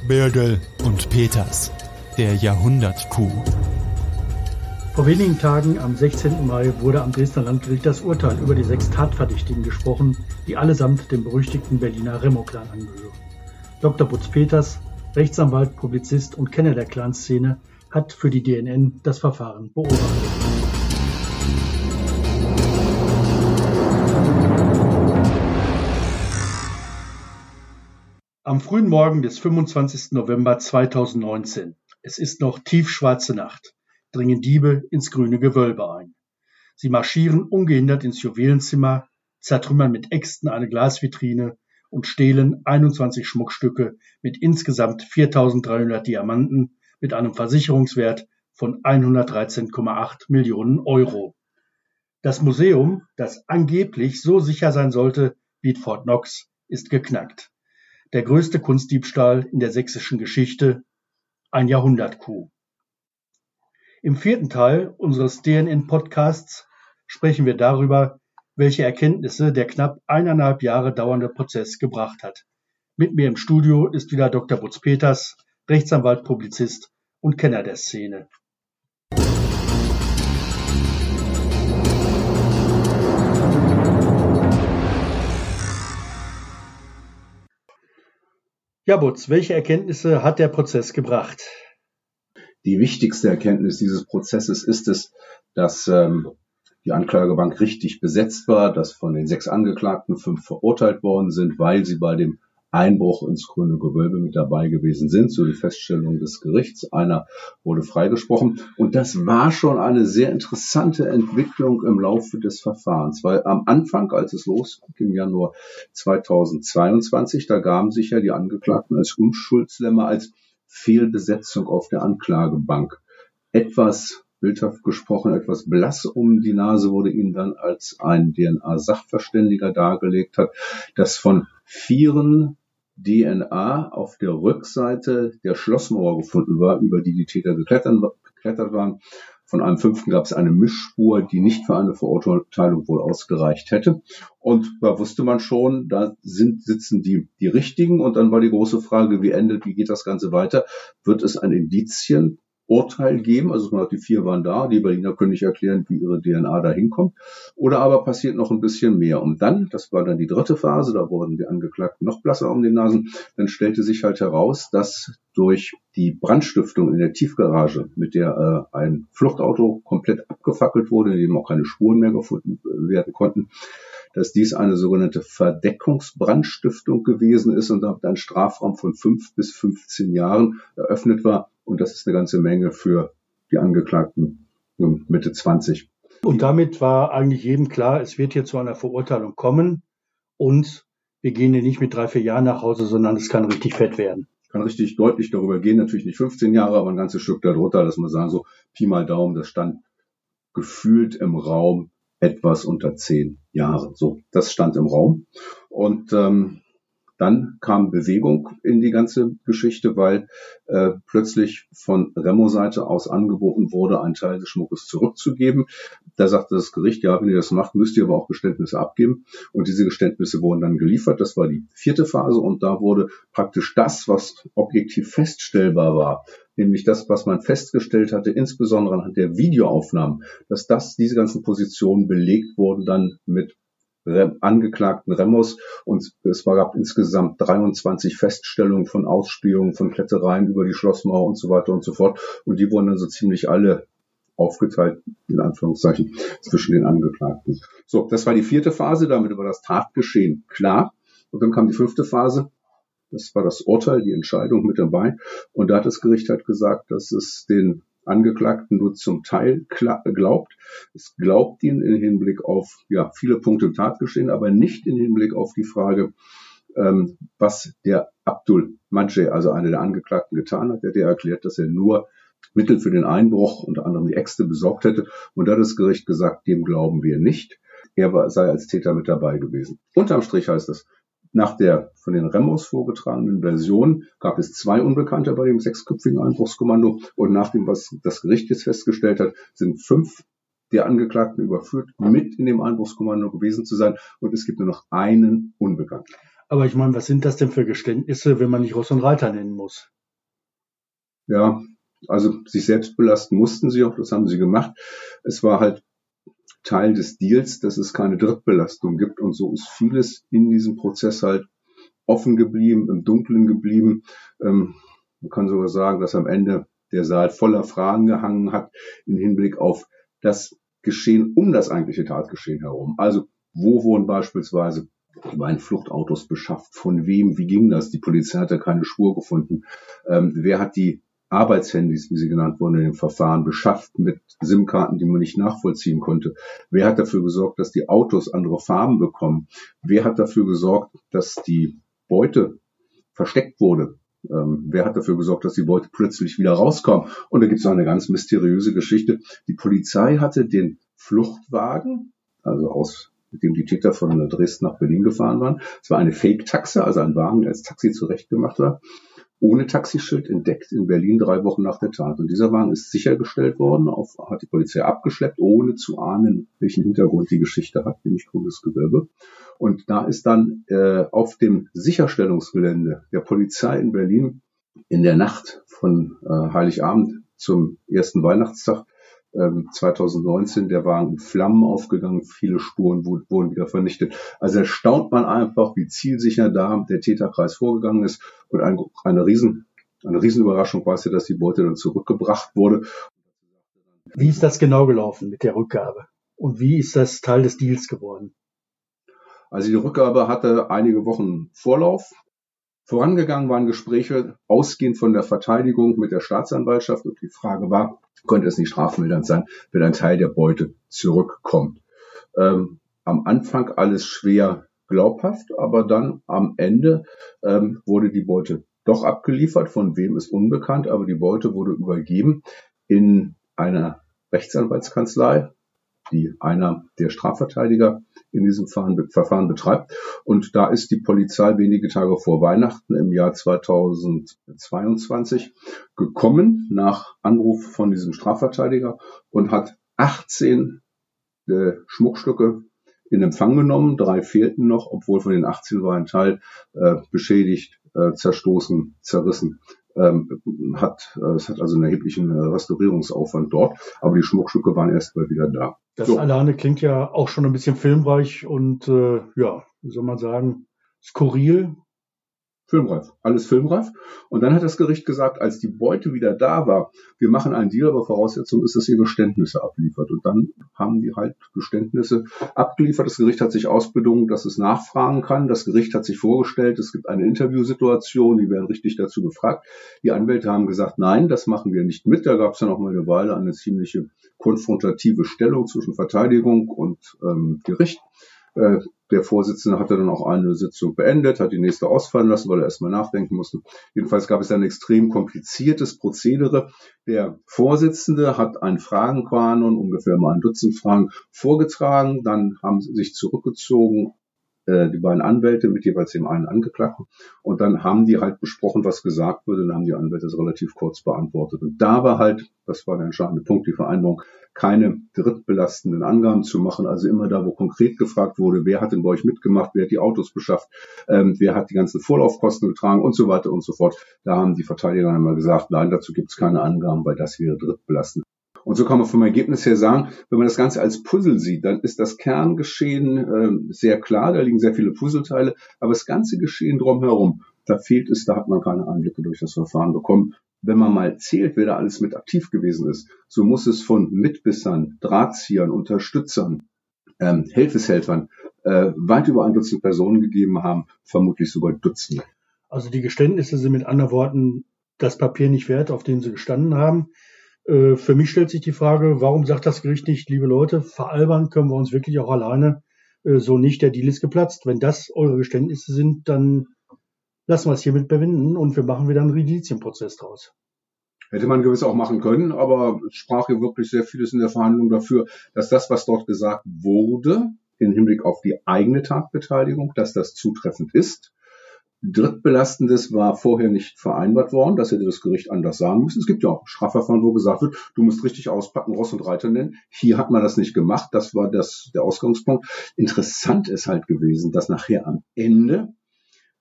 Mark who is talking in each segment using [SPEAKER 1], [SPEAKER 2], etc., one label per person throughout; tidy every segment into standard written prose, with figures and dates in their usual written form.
[SPEAKER 1] Birgel und Peters, der Jahrhundert-Coup.
[SPEAKER 2] Vor wenigen Tagen, am 16. Mai, wurde am Dresdner Landgericht das Urteil über die 6 Tatverdächtigen gesprochen, die allesamt dem berüchtigten Berliner Remo-Clan angehören. Dr. Butz Peters, Rechtsanwalt, Publizist und Kenner der Clanszene, hat für die DNN das Verfahren beobachtet. Am frühen Morgen des 25. November 2019, es ist noch tiefschwarze Nacht, dringen Diebe ins Grüne Gewölbe ein. Sie marschieren ungehindert ins Juwelenzimmer, zertrümmern mit Äxten eine Glasvitrine und stehlen 21 Schmuckstücke mit insgesamt 4.300 Diamanten mit einem Versicherungswert von 113,8 Millionen Euro. Das Museum, das angeblich so sicher sein sollte wie Fort Knox, ist geknackt. Der größte Kunstdiebstahl in der sächsischen Geschichte, ein Jahrhundert-Coup. Im 4. Teil unseres DNN-Podcasts sprechen wir darüber, welche Erkenntnisse der knapp 1,5 Jahre dauernde Prozess gebracht hat. Mit mir im Studio ist wieder Dr. Butz Peters, Rechtsanwalt, Publizist und Kenner der Szene. Ja, Butz, welche Erkenntnisse hat der Prozess gebracht?
[SPEAKER 3] Die wichtigste Erkenntnis dieses Prozesses ist es, dass die Anklagebank richtig besetzt war, dass von den 6 Angeklagten 5 verurteilt worden sind, weil sie bei dem Einbruch ins Grüne Gewölbe mit dabei gewesen sind, so die Feststellung des Gerichts. Einer wurde freigesprochen. Und das war schon eine sehr interessante Entwicklung im Laufe des Verfahrens, weil am Anfang, als es losging, im Januar 2022, da gaben sich ja die Angeklagten als Unschuldslämmer, als Fehlbesetzung auf der Anklagebank. Etwas, bildhaft gesprochen, etwas blass um die Nase wurde ihnen dann, als ein DNA-Sachverständiger dargelegt hat, dass von 4 DNA auf der Rückseite der Schlossmauer gefunden war, über die die Täter geklettert waren. Von einem 5. gab es eine Mischspur, die nicht für eine Verurteilung wohl ausgereicht hätte. Und da wusste man schon, da sitzen die Richtigen. Und dann war die große Frage, wie geht das Ganze weiter? Wird es ein Indizienurteil geben? Also die 4 waren da, die Berliner können nicht erklären, wie ihre DNA da hinkommt. Oder aber passiert noch ein bisschen mehr. Und dann, das war dann die 3. Phase, da wurden die Angeklagten noch blasser um die Nasen. Dann stellte sich halt heraus, dass durch die Brandstiftung in der Tiefgarage, mit der ein Fluchtauto komplett abgefackelt wurde, in dem auch keine Spuren mehr gefunden werden konnten, dass dies eine sogenannte Verdeckungsbrandstiftung gewesen ist und damit ein Strafraum von 5 bis 15 Jahren eröffnet war. Und das ist eine ganze Menge für die Angeklagten Mitte 20.
[SPEAKER 2] Und damit war eigentlich jedem klar, es wird hier zu einer Verurteilung kommen und wir gehen hier nicht mit 3-4 Jahren nach Hause, sondern es kann richtig fett werden.
[SPEAKER 3] Kann richtig deutlich darüber gehen, natürlich nicht 15 Jahre, aber ein ganzes Stück darunter, dass man sagen, so Pi mal Daumen, das stand gefühlt im Raum etwas unter 10 Jahren. So, das stand im Raum. Und dann kam Bewegung in die ganze Geschichte, weil plötzlich von Remo-Seite aus angeboten wurde, einen Teil des Schmuckes zurückzugeben. Da sagte das Gericht, ja, wenn ihr das macht, müsst ihr aber auch Geständnisse abgeben. Und diese Geständnisse wurden dann geliefert. Das war die 4. Phase und da wurde praktisch das, was objektiv feststellbar war, nämlich das, was man festgestellt hatte, insbesondere anhand der Videoaufnahmen, dass diese ganzen Positionen belegt wurden dann mit angeklagten Remos und es gab insgesamt 23 Feststellungen von Ausspähungen, von Klettereien über die Schlossmauer und so weiter und so fort und die wurden dann so ziemlich alle aufgeteilt, in Anführungszeichen, zwischen den Angeklagten. So, das war die 4. Phase, damit war das Tatgeschehen klar und dann kam die 5. Phase. Das war das Urteil, die Entscheidung mit dabei. Und da hat das Gericht halt gesagt, dass es den Angeklagten nur zum Teil glaubt. Es glaubt ihn im Hinblick auf viele Punkte im Tatgeschehen, aber nicht im Hinblick auf die Frage, was der Abdul Madje, also einer der Angeklagten, getan hat. Der erklärt, dass er nur Mittel für den Einbruch, unter anderem die Äxte, besorgt hätte. Und da hat das Gericht gesagt, dem glauben wir nicht. Er sei als Täter mit dabei gewesen. Unterm Strich heißt es, nach der von den Remos vorgetragenen Version gab es 2 Unbekannte bei dem 6-köpfigen Einbruchskommando und nach dem, was das Gericht jetzt festgestellt hat, sind 5 der Angeklagten überführt, mit in dem Einbruchskommando gewesen zu sein und es gibt nur noch einen Unbekannten.
[SPEAKER 2] Aber ich meine, was sind das denn für Geständnisse, wenn man nicht Ross und Reiter nennen muss?
[SPEAKER 3] Ja, also sich selbst belasten mussten sie auch, das haben sie gemacht. Es war halt Teil des Deals, dass es keine Drittbelastung gibt und so ist vieles in diesem Prozess halt offen geblieben, im Dunkeln geblieben. Man kann sogar sagen, dass am Ende der Saal voller Fragen gehangen hat im Hinblick auf das Geschehen um das eigentliche Tatgeschehen herum. Also wo wurden beispielsweise die beiden Fluchtautos beschafft? Von wem? Wie ging das? Die Polizei hat ja keine Spur gefunden. Wer hat die Arbeitshandys, wie sie genannt wurden, in dem Verfahren beschafft mit SIM-Karten, die man nicht nachvollziehen konnte? Wer hat dafür gesorgt, dass die Autos andere Farben bekommen? Wer hat dafür gesorgt, dass die Beute versteckt wurde? Wer hat dafür gesorgt, dass die Beute plötzlich wieder rauskommt? Und da gibt es noch eine ganz mysteriöse Geschichte. Die Polizei hatte den Fluchtwagen, mit dem die Täter von Dresden nach Berlin gefahren waren. Es war eine Fake-Taxe, also ein Wagen, der als Taxi zurechtgemacht war, ohne Taxischild entdeckt in Berlin 3 Wochen nach der Tat. Und dieser Wagen ist sichergestellt worden, hat die Polizei abgeschleppt, ohne zu ahnen, welchen Hintergrund die Geschichte hat, nämlich grünes Gewölbe. Und da ist dann auf dem Sicherstellungsgelände der Polizei in Berlin in der Nacht von Heiligabend zum ersten Weihnachtstag 2019 der Wagen in Flammen aufgegangen, viele Spuren wurden wieder vernichtet. Also erstaunt man einfach, wie zielsicher da der Täterkreis vorgegangen ist. Und eine Riesenüberraschung war es ja, dass die Beute dann zurückgebracht wurde.
[SPEAKER 2] Wie ist das genau gelaufen mit der Rückgabe? Und wie ist das Teil des Deals geworden?
[SPEAKER 3] Also die Rückgabe hatte einige Wochen Vorlauf. Vorangegangen waren Gespräche ausgehend von der Verteidigung mit der Staatsanwaltschaft und die Frage war, könnte es nicht strafmildernd sein, wenn ein Teil der Beute zurückkommt. Am Anfang alles schwer glaubhaft, aber dann am Ende wurde die Beute doch abgeliefert, von wem ist unbekannt, aber die Beute wurde übergeben in einer Rechtsanwaltskanzlei, die einer der Strafverteidiger in diesem Verfahren betreibt. Und da ist die Polizei wenige Tage vor Weihnachten im Jahr 2022 gekommen, nach Anruf von diesem Strafverteidiger, und hat 18 Schmuckstücke in Empfang genommen. 3 fehlten noch, obwohl von den 18 war ein Teil beschädigt, zerstoßen, zerrissen. Es hat also einen erheblichen Restaurierungsaufwand dort, aber die Schmuckstücke waren erst mal wieder da.
[SPEAKER 2] Das alleine klingt ja auch schon ein bisschen filmreich und wie soll man sagen, skurril.
[SPEAKER 3] Filmreif, alles filmreif. Und dann hat das Gericht gesagt, als die Beute wieder da war, wir machen einen Deal, aber Voraussetzung ist, dass ihr Geständnisse abliefert. Und dann haben die halt Geständnisse abgeliefert. Das Gericht hat sich ausbedungen, dass es nachfragen kann. Das Gericht hat sich vorgestellt, es gibt eine Interviewsituation, die werden richtig dazu gefragt. Die Anwälte haben gesagt, nein, das machen wir nicht mit. Da gab es dann auch mal eine Weile eine ziemliche konfrontative Stellung zwischen Verteidigung und Gericht. Der Vorsitzende hatte dann auch eine Sitzung beendet, hat die nächste ausfallen lassen, weil er erstmal nachdenken musste. Jedenfalls gab es ein extrem kompliziertes Prozedere. Der Vorsitzende hat einen Fragenkanon, ungefähr mal ein Dutzend Fragen, vorgetragen. Dann haben sie sich zurückgezogen, die beiden Anwälte mit jeweils dem einen Angeklagten. Und dann haben die halt besprochen, was gesagt wurde. Dann haben die Anwälte es relativ kurz beantwortet. Und da war halt, das war der entscheidende Punkt, die Vereinbarung, keine drittbelastenden Angaben zu machen. Also immer da, wo konkret gefragt wurde, wer hat denn bei euch mitgemacht, wer hat die Autos beschafft, wer hat die ganzen Vorlaufkosten getragen und so weiter und so fort. Da haben die Verteidiger einmal gesagt, nein, dazu gibt es keine Angaben, weil das wäre drittbelastend. Und so kann man vom Ergebnis her sagen, wenn man das Ganze als Puzzle sieht, dann ist das Kerngeschehen sehr klar, da liegen sehr viele Puzzleteile, aber das ganze Geschehen drumherum, da fehlt es, da hat man keine Einblicke durch das Verfahren bekommen. Wenn man mal zählt, wer da alles mit aktiv gewesen ist, so muss es von Mitwissern, Drahtziehern, Unterstützern, Helfeshelfern weit über ein Dutzend Personen gegeben haben, vermutlich sogar Dutzende.
[SPEAKER 2] Also die Geständnisse sind mit anderen Worten das Papier nicht wert, auf dem sie gestanden haben. Für mich stellt sich die Frage, warum sagt das Gericht nicht, liebe Leute, veralbern können wir uns wirklich auch alleine, so nicht, der Deal ist geplatzt. Wenn das eure Geständnisse sind, dann lassen wir es hiermit bewenden und wir machen wieder einen Judizienprozess draus.
[SPEAKER 3] Hätte man gewiss auch machen können, aber es sprach hier wirklich sehr vieles in der Verhandlung dafür, dass das, was dort gesagt wurde, im Hinblick auf die eigene Tatbeteiligung, dass das zutreffend ist. Drittbelastendes war vorher nicht vereinbart worden, das hätte das Gericht anders sagen müssen. Es gibt ja auch Strafverfahren, wo gesagt wird, du musst richtig auspacken, Ross und Reiter nennen. Hier hat man das nicht gemacht, das war der Ausgangspunkt. Interessant ist halt gewesen, dass nachher am Ende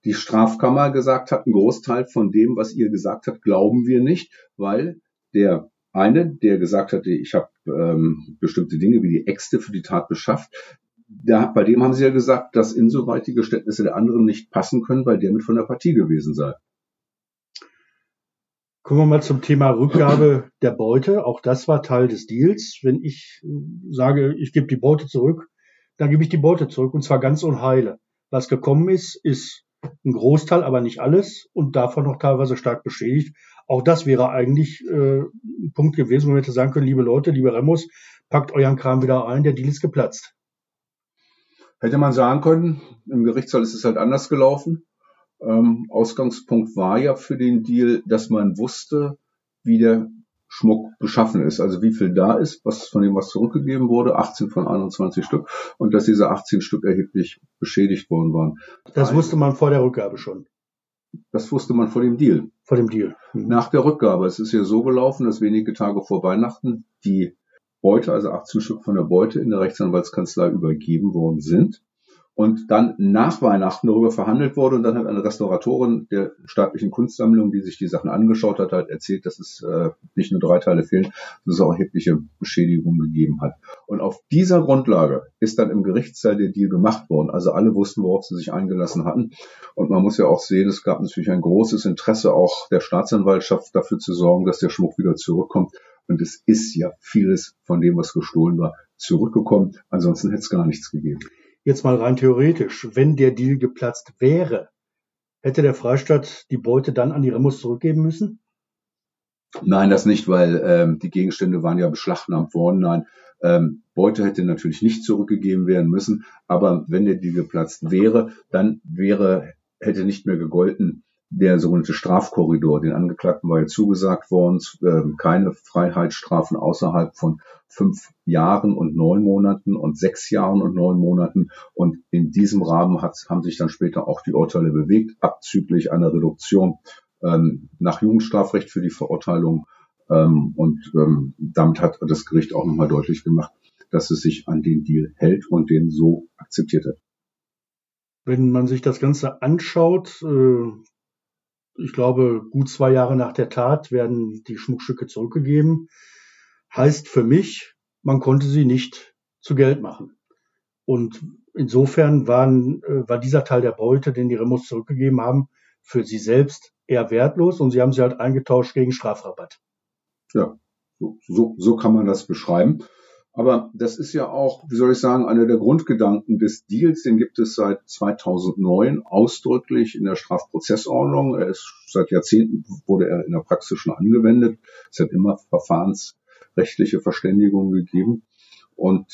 [SPEAKER 3] die Strafkammer gesagt hat, ein Großteil von dem, was ihr gesagt habt, glauben wir nicht, weil der eine, der gesagt hatte, ich habe bestimmte Dinge wie die Äxte für die Tat beschafft, bei dem haben sie ja gesagt, dass insoweit die Geständnisse der anderen nicht passen können, weil der mit von der Partie gewesen sei.
[SPEAKER 2] Kommen wir mal zum Thema Rückgabe der Beute. Auch das war Teil des Deals. Wenn ich sage, ich gebe die Beute zurück, dann gebe ich die Beute zurück, und zwar ganz ohne Heile. Was gekommen ist, ist ein Großteil, aber nicht alles, und davon noch teilweise stark beschädigt. Auch das wäre eigentlich ein Punkt gewesen, wo man hätte sagen können, liebe Leute, liebe Remus, packt euren Kram wieder ein, der Deal ist geplatzt.
[SPEAKER 3] Hätte man sagen können, im Gerichtssaal ist es halt anders gelaufen. Ausgangspunkt war ja für den Deal, dass man wusste, wie der Schmuck beschaffen ist, also wie viel da ist, was von dem was zurückgegeben wurde, 18 von 21 Stück, und dass diese 18 Stück erheblich beschädigt worden waren.
[SPEAKER 2] Das wusste man vor der Rückgabe schon.
[SPEAKER 3] Das wusste man vor dem Deal.
[SPEAKER 2] Vor dem Deal.
[SPEAKER 3] Nach der Rückgabe. Es ist ja so gelaufen, dass wenige Tage vor Weihnachten die Beute, also 18 Stück von der Beute, in der Rechtsanwaltskanzlei übergeben worden sind. Und dann nach Weihnachten darüber verhandelt wurde, und dann hat eine Restauratorin der staatlichen Kunstsammlung, die sich die Sachen angeschaut hat, halt erzählt, dass es nicht nur 3 Teile fehlen, dass es auch erhebliche Beschädigungen gegeben hat. Und auf dieser Grundlage ist dann im Gerichtssaal der Deal gemacht worden. Also alle wussten, worauf sie sich eingelassen hatten. Und man muss ja auch sehen, es gab natürlich ein großes Interesse auch der Staatsanwaltschaft dafür zu sorgen, dass der Schmuck wieder zurückkommt. Und es ist ja vieles von dem, was gestohlen war, zurückgekommen. Ansonsten hätte es gar nichts gegeben.
[SPEAKER 2] Jetzt mal rein theoretisch, wenn der Deal geplatzt wäre, hätte der Freistaat die Beute dann an die Remus zurückgeben müssen?
[SPEAKER 3] Nein, das nicht, weil die Gegenstände waren ja beschlagnahmt worden. Nein, Beute hätte natürlich nicht zurückgegeben werden müssen. Aber wenn der Deal geplatzt wäre, dann hätte nicht mehr gegolten der sogenannte Strafkorridor. Den Angeklagten war ja zugesagt worden, keine Freiheitsstrafen außerhalb von 5 Jahren und 9 Monaten und 6 Jahren und 9 Monaten. Und in diesem Rahmen haben sich dann später auch die Urteile bewegt, abzüglich einer Reduktion nach Jugendstrafrecht für die Verurteilung. Damit hat das Gericht auch nochmal deutlich gemacht, dass es sich an den Deal hält und den so akzeptiert hat.
[SPEAKER 2] Wenn man sich das Ganze anschaut, ich glaube, gut 2 Jahre nach der Tat werden die Schmuckstücke zurückgegeben. Heißt für mich, man konnte sie nicht zu Geld machen. Und insofern war dieser Teil der Beute, den die Remus zurückgegeben haben, für sie selbst eher wertlos, und sie haben sie halt eingetauscht gegen Strafrabatt.
[SPEAKER 3] Ja, so kann man das beschreiben. Aber das ist ja auch, wie soll ich sagen, einer der Grundgedanken des Deals. Den gibt es seit 2009 ausdrücklich in der Strafprozessordnung. Seit Jahrzehnten wurde er in der Praxis schon angewendet. Es hat immer verfahrensrechtliche Verständigungen gegeben. Und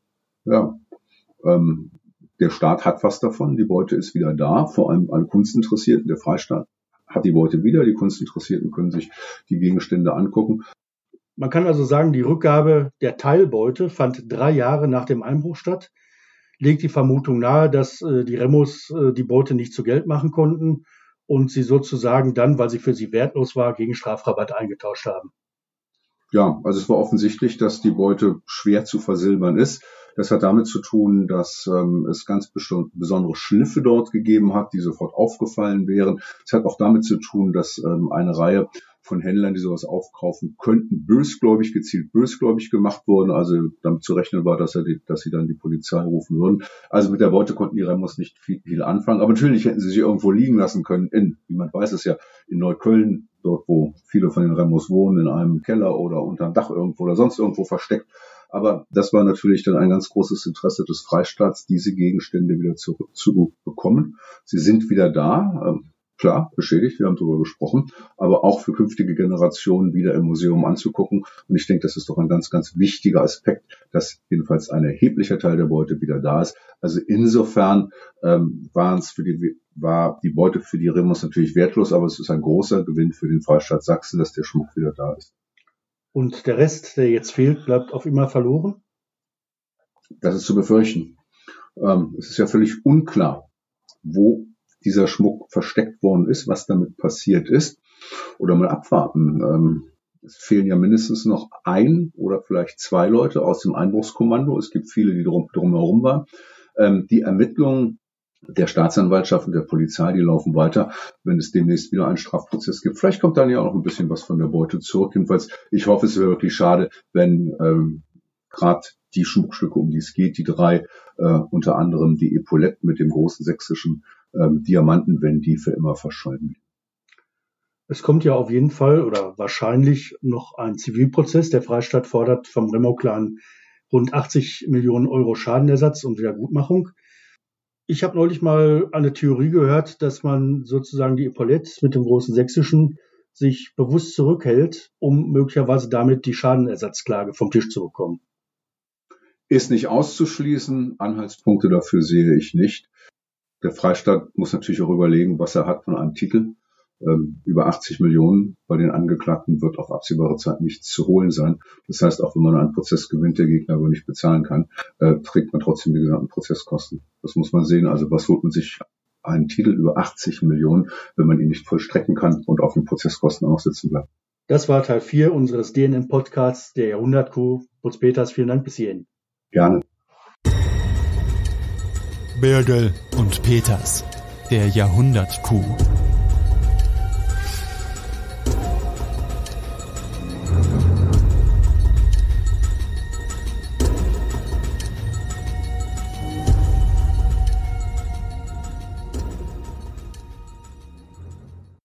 [SPEAKER 3] der Staat hat was davon. Die Beute ist wieder da. Vor allem alle Kunstinteressierten. Der Freistaat hat die Beute wieder. Die Kunstinteressierten können sich die Gegenstände angucken.
[SPEAKER 2] Man kann also sagen, die Rückgabe der Teilbeute fand 3 Jahre nach dem Einbruch statt. Legt die Vermutung nahe, dass die Remus die Beute nicht zu Geld machen konnten und sie sozusagen dann, weil sie für sie wertlos war, gegen Strafrabatt eingetauscht haben.
[SPEAKER 3] Ja, also es war offensichtlich, dass die Beute schwer zu versilbern ist. Das hat damit zu tun, dass es ganz besondere Schliffe dort gegeben hat, die sofort aufgefallen wären. Es hat auch damit zu tun, dass eine Reihe von Händlern, die sowas aufkaufen könnten, gezielt bösgläubig gemacht wurden. Also damit zu rechnen war, dass sie dann die Polizei rufen würden. Also mit der Beute konnten die Remus nicht viel anfangen. Aber natürlich hätten sie sich irgendwo liegen lassen können niemand weiß es ja, in Neukölln, dort wo viele von den Remus wohnen, in einem Keller oder unterm Dach irgendwo oder sonst irgendwo versteckt. Aber das war natürlich dann ein ganz großes Interesse des Freistaats, diese Gegenstände wieder zurückzubekommen. Sie sind wieder da. Klar, beschädigt, wir haben darüber gesprochen, aber auch für künftige Generationen wieder im Museum anzugucken. Und ich denke, das ist doch ein ganz, ganz wichtiger Aspekt, dass jedenfalls ein erheblicher Teil der Beute wieder da ist. Also insofern war die Beute für die Remus natürlich wertlos, aber es ist ein großer Gewinn für den Freistaat Sachsen, dass der Schmuck wieder da ist.
[SPEAKER 2] Und der Rest, der jetzt fehlt, bleibt auf immer verloren?
[SPEAKER 3] Das ist zu befürchten. Es ist ja völlig unklar, wo dieser Schmuck versteckt worden ist, was damit passiert ist, oder mal abwarten. Es fehlen ja mindestens noch 1 oder vielleicht 2 Leute aus dem Einbruchskommando. Es gibt viele, die drumherum waren. Die Ermittlungen der Staatsanwaltschaft und der Polizei, die laufen weiter, wenn es demnächst wieder einen Strafprozess gibt. Vielleicht kommt dann ja auch noch ein bisschen was von der Beute zurück. Jedenfalls, ich hoffe, es wäre wirklich schade, wenn gerade die Schmuckstücke, um die es geht, die 3, unter anderem die Epauletten mit dem großen sächsischen Diamanten, wenn die für immer verschollen.
[SPEAKER 2] Es kommt ja auf jeden Fall oder wahrscheinlich noch ein Zivilprozess. Der Freistaat fordert vom Remo-Clan rund 80 Millionen Euro Schadenersatz und Wiedergutmachung. Ich habe neulich mal eine Theorie gehört, dass man sozusagen die Epaulettes mit dem großen sächsischen sich bewusst zurückhält, um möglicherweise damit die Schadenersatzklage vom Tisch zu bekommen.
[SPEAKER 3] Ist nicht auszuschließen. Anhaltspunkte dafür sehe ich nicht. Der Freistaat muss natürlich auch überlegen, was er hat von einem Titel. Über 80 Millionen bei den Angeklagten wird auf absehbare Zeit nichts zu holen sein. Das heißt, auch wenn man einen Prozess gewinnt, der Gegner aber nicht bezahlen kann, trägt man trotzdem die gesamten Prozesskosten. Das muss man sehen. Also was holt man sich einen Titel über 80 Millionen, wenn man ihn nicht vollstrecken kann und auf den Prozesskosten auch noch sitzen bleibt?
[SPEAKER 2] Das war Teil 4 unseres DNM-Podcasts, der Jahrhundert-Kuh. Lutz Peters, vielen Dank bis hierhin.
[SPEAKER 3] Gerne.
[SPEAKER 1] Birgel und Peters, der Jahrhundert-Kuh.